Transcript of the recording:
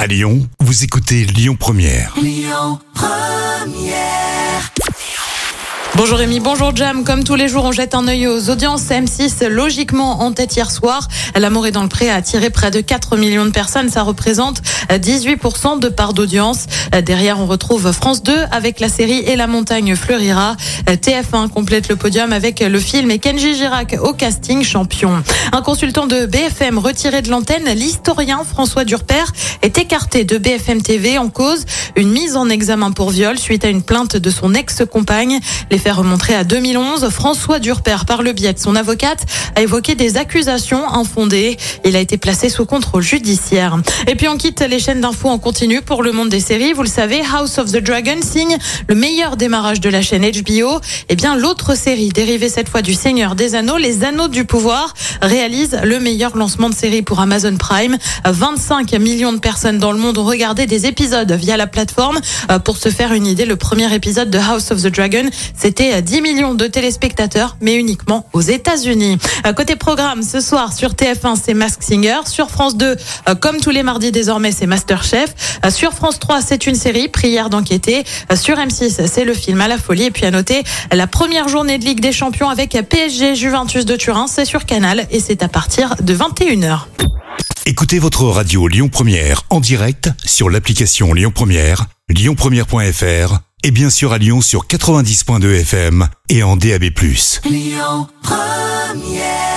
À Lyon, vous écoutez Lyon Première. Bonjour Rémi, bonjour Jam. Comme tous les jours, on jette un œil aux audiences. M6, logiquement en tête hier soir. L'amour est dans le pré a attiré près de 4 millions de personnes. Ça représente 18% de part d'audience. Derrière, on retrouve France 2 avec la série Et la montagne fleurira. TF1 complète le podium avec le film et Kenji Girac au casting champion. Un consultant de BFM retiré de l'antenne, l'historien François Durper est écarté de BFM TV en cause une mise en examen pour viol suite à une plainte de son ex-compagne. Les faits remonteraient à 2011. François Durper, par le biais de son avocate, a évoqué des accusations infondées. Il a été placé sous contrôle judiciaire. Et puis on quitte les chaînes d'infos en continu pour le monde des séries. Vous le savez, House of the Dragon signe le meilleur démarrage de la chaîne HBO. Eh bien, l'autre série dérivée cette fois du Seigneur des Anneaux, Les Anneaux du Pouvoir, réalise le meilleur lancement de série pour Amazon Prime. 25 millions de personnes dans le monde ont regardé des épisodes via la plateforme. Pour se faire une idée, le premier épisode de House of the Dragon, c'était 10 millions de téléspectateurs, mais uniquement aux États-Unis. Côté programme, ce soir sur TF1, c'est Masked Singer. Sur France 2, comme tous les mardis désormais, c'est MasterChef. Sur France 3, c'est une série, Prière d'enquêter. Sur M6, c'est le film À la folie. Et puis à noter, la première journée de Ligue des Champions avec PSG Juventus de Turin, c'est sur Canal et c'est à partir de 21h. Écoutez votre radio Lyon Première en direct sur l'application Lyon Première, lyonpremière.fr et bien sûr à Lyon sur 90.2 FM et en DAB+. Lyon Première.